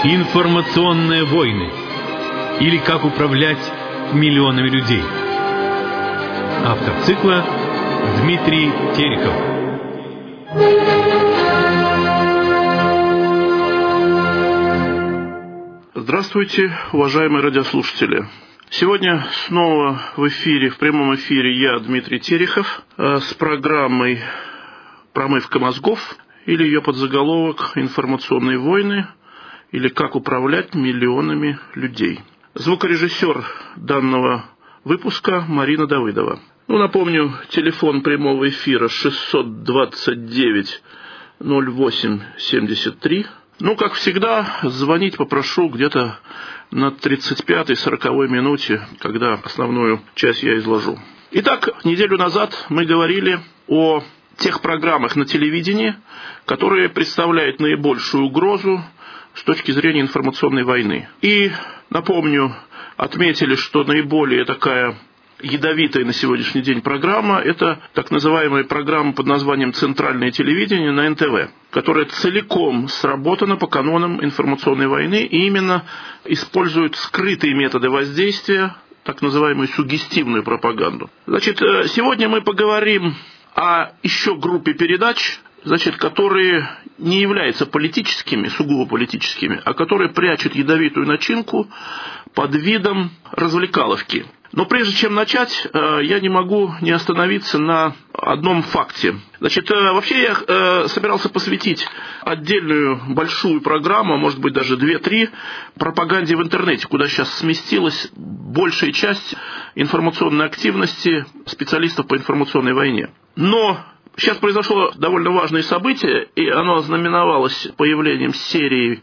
Информационные войны. Или как управлять миллионами людей. Автор цикла Дмитрий Терехов. Здравствуйте, уважаемые радиослушатели. Сегодня снова в прямом эфире я, Дмитрий Терехов, с программой «Промывка мозгов» или ее подзаголовок «Информационные войны» или «Как управлять миллионами людей». Звукорежиссер данного выпуска Марина Давыдова. Напомню, телефон прямого эфира 629-08-73. Как всегда, звонить попрошу где-то на 35-40 минуте, когда основную часть я изложу. Итак, неделю назад мы говорили о тех программах на телевидении, которые представляют наибольшую угрозу с точки зрения информационной войны. И, напомню, отметили, что наиболее такая ядовитая на сегодняшний день программа – это так называемая программа под названием «Центральное телевидение» на НТВ, которая целиком сработана по канонам информационной войны и именно использует скрытые методы воздействия, так называемую суггестивную пропаганду. Сегодня мы поговорим о еще группе передач, которые не являются политическими, сугубо политическими, а которые прячут ядовитую начинку под видом развлекаловки. Но прежде чем начать, я не могу не остановиться на одном факте. Вообще я собирался посвятить отдельную большую программу, может быть даже 2-3, пропаганде в интернете, куда сейчас сместилась большая часть информационной активности специалистов по информационной войне. Но сейчас произошло довольно важное событие, и оно ознаменовалось появлением серии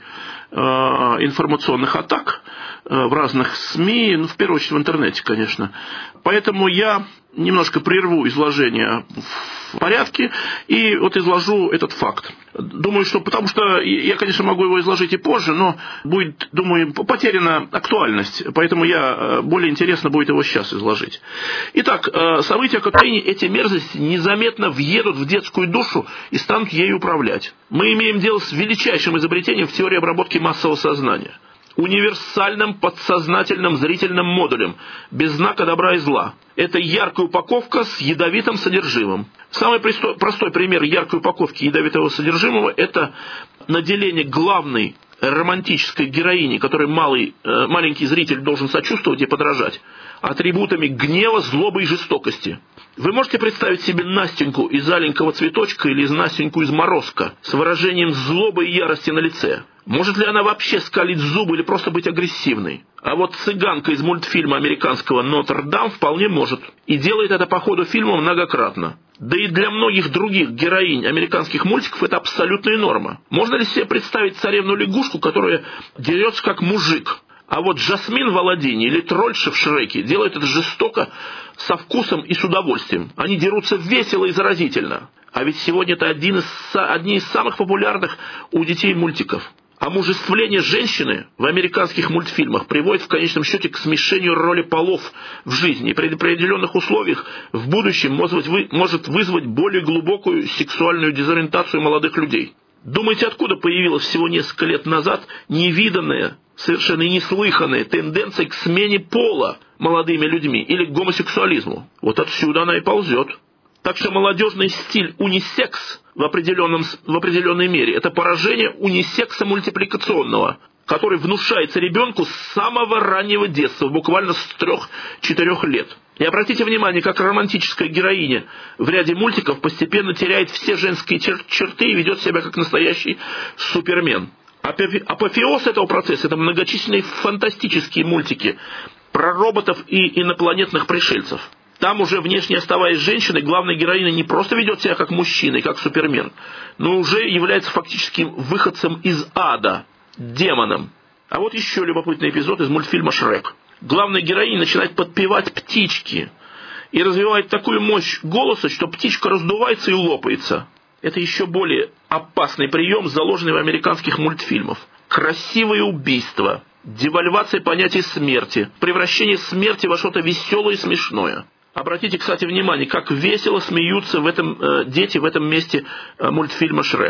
информационных атак в разных СМИ, в первую очередь в интернете, конечно. Поэтому я немножко прерву изложение в порядке и изложу этот факт. Думаю, потому что я, конечно, могу его изложить и позже, но будет, думаю, потеряна актуальность, поэтому более интересно будет его сейчас изложить. Итак, события, которые эти мерзости незаметно въедут в детскую душу и станут ею управлять. Мы имеем дело с величайшим изобретением в теории обработки массового сознания. Универсальным подсознательным зрительным модулем, без знака добра и зла. Это яркая упаковка с ядовитым содержимым. Самый простой пример яркой упаковки ядовитого содержимого – это наделение главной романтической героини, которой маленький зритель должен сочувствовать и подражать, атрибутами гнева, злобы и жестокости. Вы можете представить себе Настеньку из «Аленького цветочка» или Настеньку из «Морозко» с выражением злобы и ярости на лице? Может ли она вообще скалить зубы или просто быть агрессивной? А вот цыганка из мультфильма американского «Нотр-Дам» вполне может. И делает это по ходу фильма многократно. Да и для многих других героинь американских мультиков это абсолютная норма. Можно ли себе представить царевну-лягушку, которая дерется как мужик? А вот Жасмин в «Аладдине» или тролльши в «Шреке» делают это жестоко, со вкусом и с удовольствием. Они дерутся весело и заразительно. А ведь сегодня это одни из самых популярных у детей мультиков. Омужествление женщины в американских мультфильмах приводит в конечном счете к смешению роли полов в жизни. И при определенных условиях в будущем может вызвать более глубокую сексуальную дезориентацию молодых людей. Думаете, откуда появилась всего несколько лет назад невиданная, совершенно неслыханная тенденция к смене пола молодыми людьми или к гомосексуализму? Вот отсюда она и ползет. Так что молодежный стиль унисекс в определенной мере – это поражение унисекса мультипликационного, который внушается ребенку с самого раннего детства, буквально с 3-4 лет. И обратите внимание, как романтическая героиня в ряде мультиков постепенно теряет все женские черты и ведет себя как настоящий супермен. Апофеоз этого процесса – это многочисленные фантастические мультики про роботов и инопланетных пришельцев. Там уже внешне оставаясь женщиной, главная героиня не просто ведет себя как мужчина и как супермен, но уже является фактически выходцем из ада, демоном. А вот еще любопытный эпизод из мультфильма «Шрек». Главная героиня начинает подпевать птички и развивает такую мощь голоса, что птичка раздувается и лопается. Это еще более опасный прием, заложенный в американских мультфильмах. Красивое убийство, девальвация понятия смерти, превращение смерти во что-то веселое и смешное. Обратите, кстати, внимание, как весело смеются дети в этом месте мультфильма «Шрек».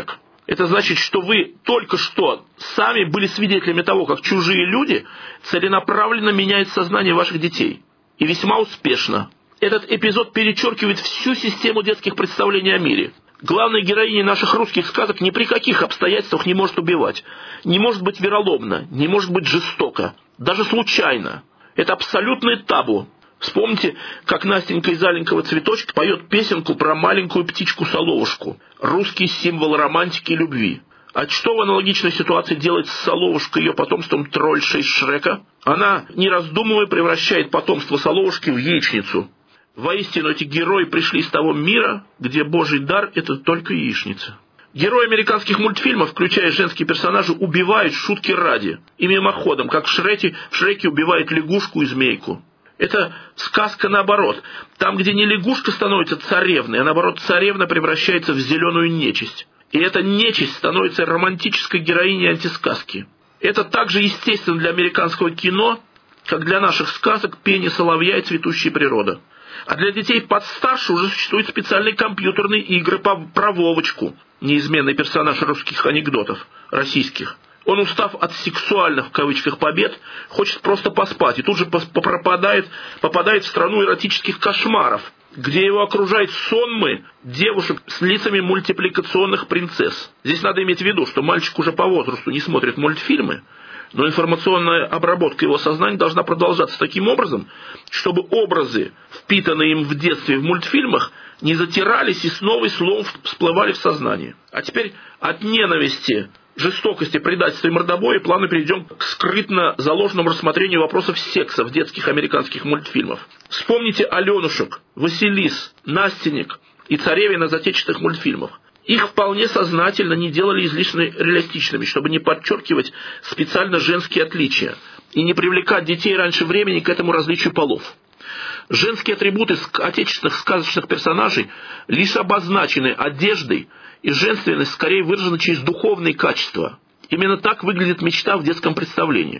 Это значит, что вы только что сами были свидетелями того, как чужие люди целенаправленно меняют сознание ваших детей. И весьма успешно. Этот эпизод перечеркивает всю систему детских представлений о мире. Главная героиня наших русских сказок ни при каких обстоятельствах не может убивать, не может быть вероломна, не может быть жестока, даже случайно. Это абсолютное табу. Вспомните, как Настенька из «Аленького цветочка» поет песенку про маленькую птичку-соловушку, русский символ романтики и любви. А что в аналогичной ситуации делает с соловушкой ее потомством тролльша из Шрека? Она, не раздумывая, превращает потомство соловушки в яичницу. Воистину, эти герои пришли из того мира, где божий дар – это только яичница. Герои американских мультфильмов, включая женские персонажи, убивают шутки ради и мимоходом, как в Шреке убивают лягушку и змейку. Это сказка наоборот. Там, где не лягушка становится царевной, а наоборот царевна превращается в зеленую нечисть. И эта нечисть становится романтической героиней антисказки. Это так же естественно для американского кино, как для наших сказок «Пение соловья» и «Цветущая природа». А для детей подстарше уже существуют специальные компьютерные игры про Вовочку, неизменный персонаж русских анекдотов, российских. Он, устав от сексуальных, в кавычках, побед, хочет просто поспать, и тут же попадает в страну эротических кошмаров, где его окружают сонмы девушек с лицами мультипликационных принцесс. Здесь надо иметь в виду, что мальчик уже по возрасту не смотрит мультфильмы, но информационная обработка его сознания должна продолжаться таким образом, чтобы образы, впитанные им в детстве в мультфильмах, не затирались и снова всплывали в сознание. А теперь от ненависти, жестокости, предательства и мордобоя плавно перейдем к скрытно заложенному рассмотрению вопросов секса в детских американских мультфильмах. Вспомните Аленушек, Василис, Настенек и царевен из отечественных мультфильмов. Их вполне сознательно не делали излишне реалистичными, чтобы не подчеркивать специально женские отличия и не привлекать детей раньше времени к этому различию полов. Женские атрибуты отечественных сказочных персонажей лишь обозначены одеждой, и женственность скорее выражена через духовные качества. Именно так выглядит мечта в детском представлении.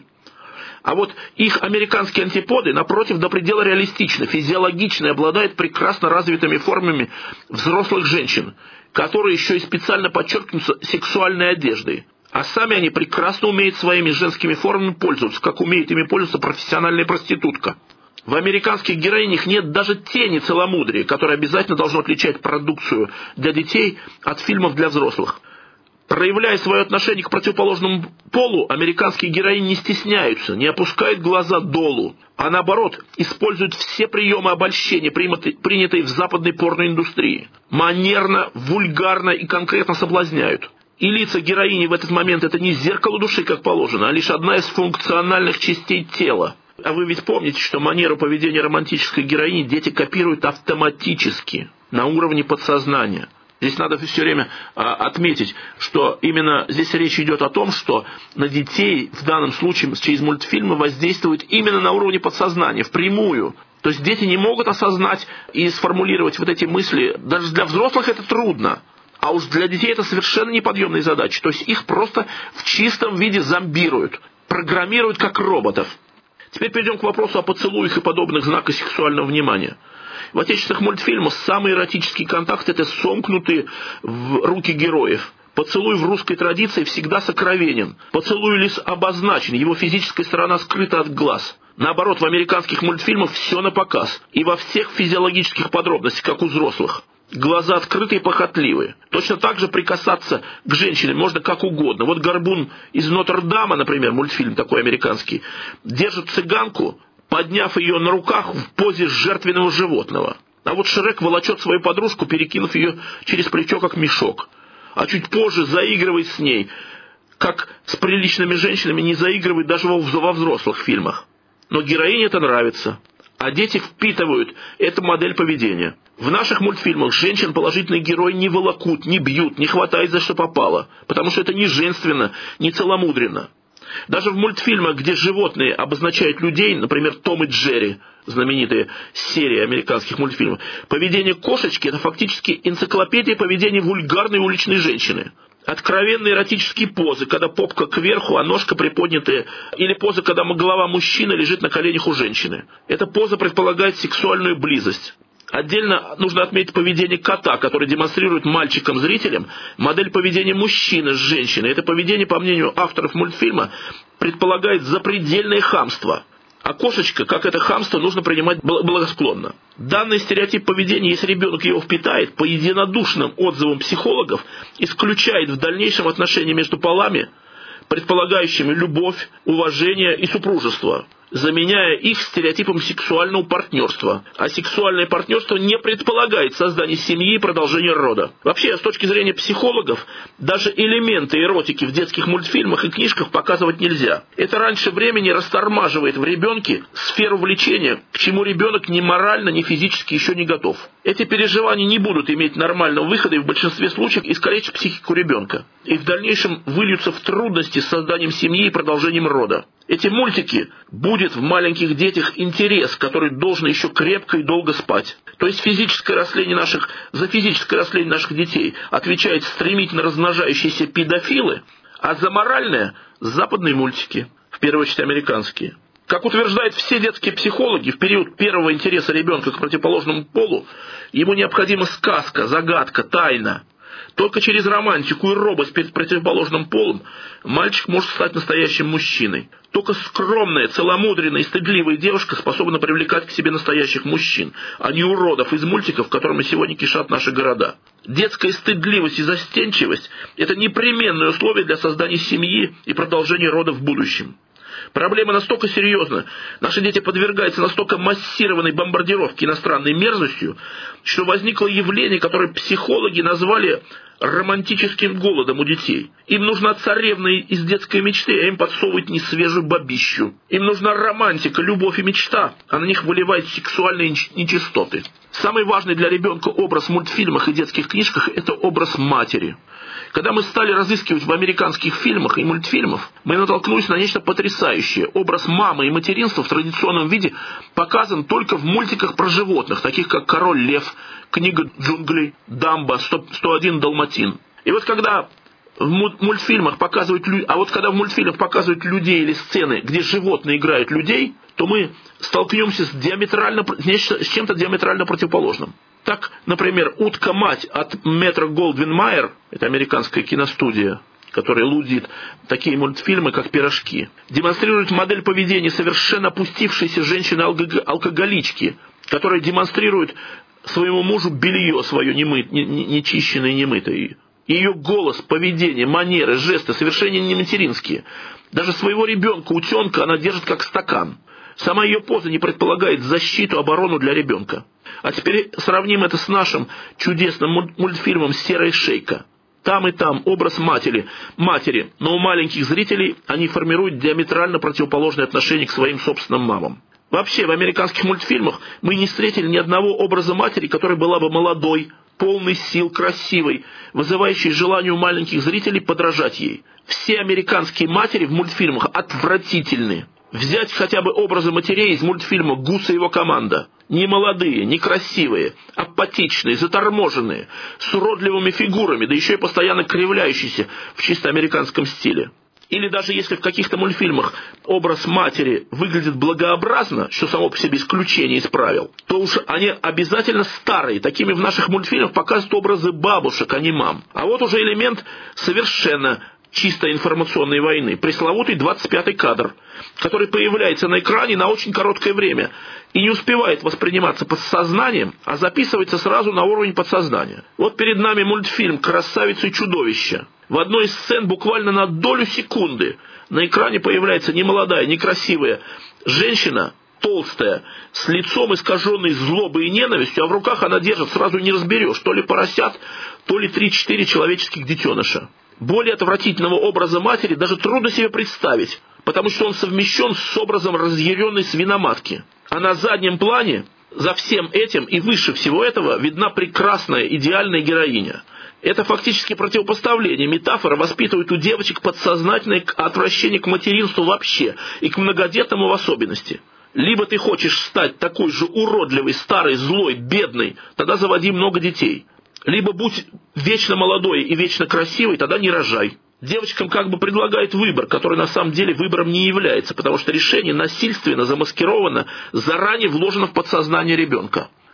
А вот их американские антиподы, напротив, до предела реалистичны, физиологичны и обладают прекрасно развитыми формами взрослых женщин, которые еще и специально подчеркнутся сексуальной одеждой. А сами они прекрасно умеют своими женскими формами пользоваться, как умеет ими пользоваться профессиональная проститутка. В американских героинях нет даже тени целомудрия, которое обязательно должно отличать продукцию для детей от фильмов для взрослых. Проявляя свое отношение к противоположному полу, американские героини не стесняются, не опускают глаза долу, а наоборот, используют все приемы обольщения, принятые в западной порноиндустрии. Манерно, вульгарно и конкретно соблазняют. И лица героини в этот момент – это не зеркало души, как положено, а лишь одна из функциональных частей тела. А вы ведь помните, что манеру поведения романтической героини дети копируют автоматически, на уровне подсознания. Здесь надо все время отметить, что именно здесь речь идет о том, что на детей в данном случае через мультфильмы воздействуют именно на уровне подсознания, впрямую. То есть дети не могут осознать и сформулировать вот эти мысли. Даже для взрослых это трудно. А уж для детей это совершенно неподъемная задача. То есть их просто в чистом виде зомбируют, программируют как роботов. Теперь перейдем к вопросу о поцелуях и подобных знаках сексуального внимания. В отечественных мультфильмах самый эротический контакт – это сомкнутые в руки героев. Поцелуй в русской традиции всегда сокровенен. Поцелуй лишь обозначен, его физическая сторона скрыта от глаз. Наоборот, в американских мультфильмах все напоказ. И во всех физиологических подробностях, как у взрослых. Глаза открытые и похотливые. Точно так же прикасаться к женщине можно как угодно. Вот Горбун из Нотр-Дама, например, мультфильм такой американский, держит цыганку, подняв ее на руках в позе жертвенного животного. А вот Шрек волочет свою подружку, перекинув ее через плечо, как мешок. А чуть позже заигрывает с ней, как с приличными женщинами не заигрывает даже во взрослых фильмах. Но героине это нравится. А дети впитывают эту модель поведения. В наших мультфильмах женщин положительные герои не волокут, не бьют, не хватают за что попало, потому что это не женственно, не целомудренно. Даже в мультфильмах, где животные обозначают людей, например, Том и Джерри, знаменитая серия американских мультфильмов, поведение кошечки – это фактически энциклопедия поведения вульгарной уличной женщины. Откровенные эротические позы, когда попка кверху, а ножка приподнятая, или поза, когда голова мужчины лежит на коленях у женщины. Эта поза предполагает сексуальную близость. Отдельно нужно отметить поведение кота, который демонстрирует мальчикам-зрителям модель поведения мужчины с женщиной. Это поведение, по мнению авторов мультфильма, предполагает запредельное хамство. А кошечка, как это хамство, нужно принимать благосклонно. Данный стереотип поведения, если ребенок его впитает, по единодушным отзывам психологов, исключает в дальнейшем отношения между полами, предполагающими любовь, уважение и супружество, заменяя их стереотипом сексуального партнерства. А сексуальное партнерство не предполагает создание семьи и продолжение рода. Вообще, с точки зрения психологов, даже элементы эротики в детских мультфильмах и книжках показывать нельзя. Это раньше времени растормаживает в ребенке сферу влечения, к чему ребенок ни морально, ни физически еще не готов. Эти переживания не будут иметь нормального выхода и в большинстве случаев искалечат психику ребенка. И в дальнейшем выльются в трудности с созданием семьи и продолжением рода. Эти мультики будет в маленьких детях интерес, который должен еще крепко и долго спать. То есть за физическое растление наших детей отвечают стремительно размножающиеся педофилы, а за моральное – западные мультики, в первую очередь американские. Как утверждают все детские психологи, в период первого интереса ребенка к противоположному полу ему необходима сказка, загадка, тайна. Только через романтику и робость перед противоположным полом мальчик может стать настоящим мужчиной. Только скромная, целомудренная и стыдливая девушка способна привлекать к себе настоящих мужчин, а не уродов из мультиков, которыми сегодня кишат наши города. Детская стыдливость и застенчивость – это непременное условие для создания семьи и продолжения рода в будущем. Проблема настолько серьезна, наши дети подвергаются настолько массированной бомбардировке иностранной мерзостью, что возникло явление, которое психологи назвали романтическим голодом у детей. Им нужна царевна из детской мечты, а им подсовывают несвежую бабищу. Им нужна романтика, любовь и мечта, а на них выливают сексуальные нечистоты. Самый важный для ребенка образ в мультфильмах и детских книжках – это образ матери. Когда мы стали разыскивать в американских фильмах и мультфильмах, мы натолкнулись на нечто потрясающее. Образ мамы и материнства в традиционном виде показан только в мультиках про животных, таких как «Король лев», «Книга джунглей», «Дамбо», «101 Далматин». И вот когда в мультфильмах показывают людей или сцены, где животные играют людей, то мы столкнемся с чем-то диаметрально противоположным. Так, например, «Утка-мать» от Метро Голдвин Майер, это американская киностудия, которая лудит такие мультфильмы, как «Пирожки», демонстрирует модель поведения совершенно опустившейся женщины-алкоголички, которая демонстрирует своему мужу белье свое нечищенное и немытое. Ее голос, поведение, манеры, жесты совершенно не материнские. Даже своего ребенка, утенка, она держит как стакан. Сама ее поза не предполагает защиту, оборону для ребенка. А теперь сравним это с нашим чудесным мультфильмом «Серая шейка». Там и там образ матери, но у маленьких зрителей они формируют диаметрально противоположное отношение к своим собственным мамам. Вообще, в американских мультфильмах мы не встретили ни одного образа матери, которая была бы молодой, полной сил, красивой, вызывающей желание у маленьких зрителей подражать ей. Все американские матери в мультфильмах отвратительны. Взять хотя бы образы матерей из мультфильма «Гус и его команда». Не молодые, не красивые, апатичные, заторможенные, с уродливыми фигурами, да еще и постоянно кривляющиеся в чисто американском стиле. Или даже если в каких-то мультфильмах образ матери выглядит благообразно, что само по себе исключение из правил, то уж они обязательно старые. Такими в наших мультфильмах показывают образы бабушек, а не мам. А вот уже элемент совершенно чисто информационной войны. Пресловутый 25-й кадр, который появляется на экране на очень короткое время и не успевает восприниматься подсознанием, а записывается сразу на уровень подсознания. Вот перед нами мультфильм «Красавица и чудовище». В одной из сцен буквально на долю секунды на экране появляется немолодая, некрасивая женщина, толстая, с лицом искаженной злобой и ненавистью, а в руках она держит, сразу не разберешь, то ли поросят, то ли 3-4 человеческих детеныша. Более отвратительного образа матери даже трудно себе представить, потому что он совмещен с образом разъяренной свиноматки. А на заднем плане, за всем этим и выше всего этого, видна прекрасная, идеальная героиня. Это фактически противопоставление. Метафора воспитывает у девочек подсознательное отвращение к материнству вообще и к многодетному в особенности. Либо ты хочешь стать такой же уродливой, старой, злой, бедной, тогда заводи много детей. Либо будь вечно молодой и вечно красивой, тогда не рожай. Девочкам как бы предлагают выбор, который на самом деле выбором не является, потому что решение насильственно замаскировано, заранее вложено в подсознание ребенка.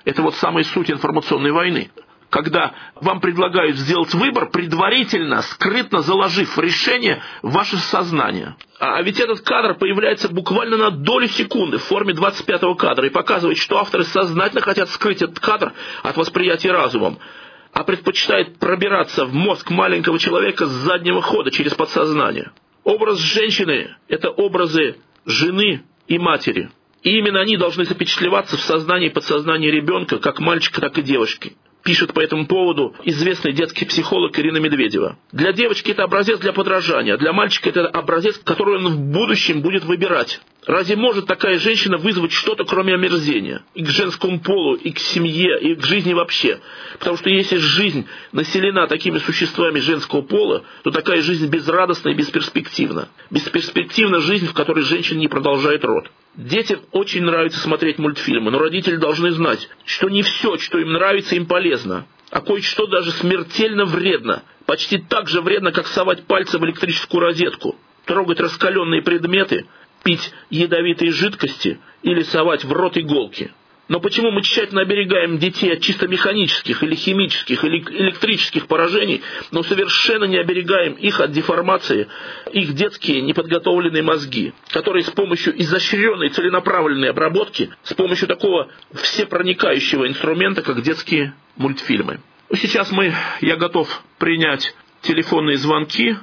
Это вот самая суть информационной войны. Когда вам предлагают сделать выбор, предварительно, скрытно заложив решение в ваше сознание. А ведь этот кадр появляется буквально на долю секунды в форме 25-го кадра и показывает, что авторы сознательно хотят скрыть этот кадр от восприятия разумом, а предпочитают пробираться в мозг маленького человека с заднего хода через подсознание. Образ женщины – это образы жены и матери. И именно они должны запечатлеваться в сознании и подсознании ребенка, как мальчика, так и девочки. Пишет по этому поводу известный детский психолог Ирина Медведева. Для девочки это образец для подражания, а для мальчика это образец, который он в будущем будет выбирать. Разве может такая женщина вызвать что-то, кроме омерзения? И к женскому полу, и к семье, и к жизни вообще. Потому что если жизнь населена такими существами женского пола, то такая жизнь безрадостна и бесперспективна. Бесперспективна жизнь, в которой женщина не продолжает род. Детям очень нравится смотреть мультфильмы, но родители должны знать, что не все, что им нравится, им полезно. А кое-что даже смертельно вредно. Почти так же вредно, как совать пальцы в электрическую розетку, трогать раскаленные предметы, пить ядовитые жидкости или совать в рот иголки. Но почему мы тщательно оберегаем детей от чисто механических или химических или электрических поражений, но совершенно не оберегаем их от деформации, их детские неподготовленные мозги, которые с помощью изощренной целенаправленной обработки, с помощью такого всепроникающего инструмента, как детские мультфильмы. Сейчас я готов принять телефонные звонки.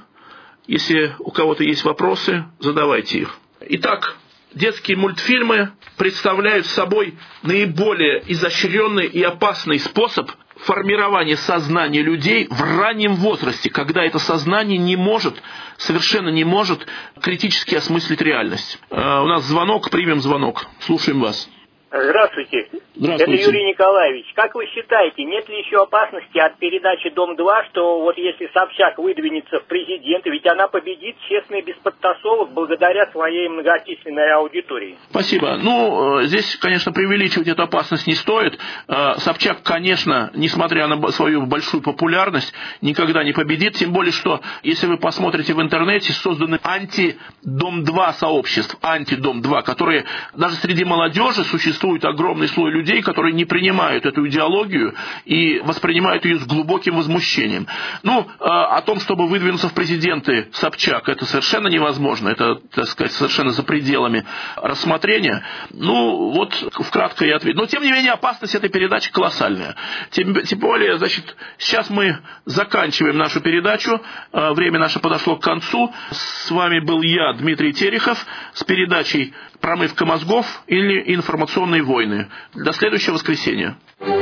Если у кого-то есть вопросы, задавайте их. Итак, детские мультфильмы представляют собой наиболее изощренный и опасный способ формирования сознания людей в раннем возрасте, когда это сознание совершенно не может критически осмыслить реальность. У нас звонок, примем звонок. Слушаем вас. Здравствуйте. Здравствуйте. Это Юрий Николаевич. Как вы считаете, нет ли еще опасности от передачи «Дом-2», что вот если Собчак выдвинется в президенты, ведь она победит честно и без подтасовок благодаря своей многочисленной аудитории? Спасибо. Здесь, конечно, преувеличивать эту опасность не стоит. Собчак, конечно, несмотря на свою большую популярность, никогда не победит. Тем более, что, если вы посмотрите в интернете, созданы анти-Дом-2 сообществ, анти-Дом-2, которые даже среди молодежи существует огромный слой людей, которые не принимают эту идеологию и воспринимают ее с глубоким возмущением. О том, чтобы выдвинуться в президенты Собчак, это совершенно невозможно. Это, так сказать, совершенно за пределами рассмотрения. Вкратце я ответил. Но, тем не менее, опасность этой передачи колоссальная. Тем более, сейчас мы заканчиваем нашу передачу. Время наше подошло к концу. С вами был я, Дмитрий Терехов, с передачей «Промывка мозгов» или «Информационные войны». До следующего воскресенья.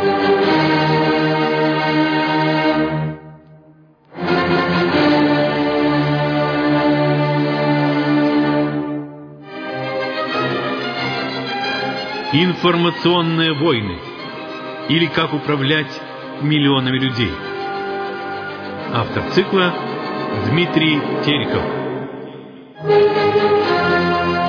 «Информационные войны» или «Как управлять миллионами людей». Автор цикла Дмитрий Терехов.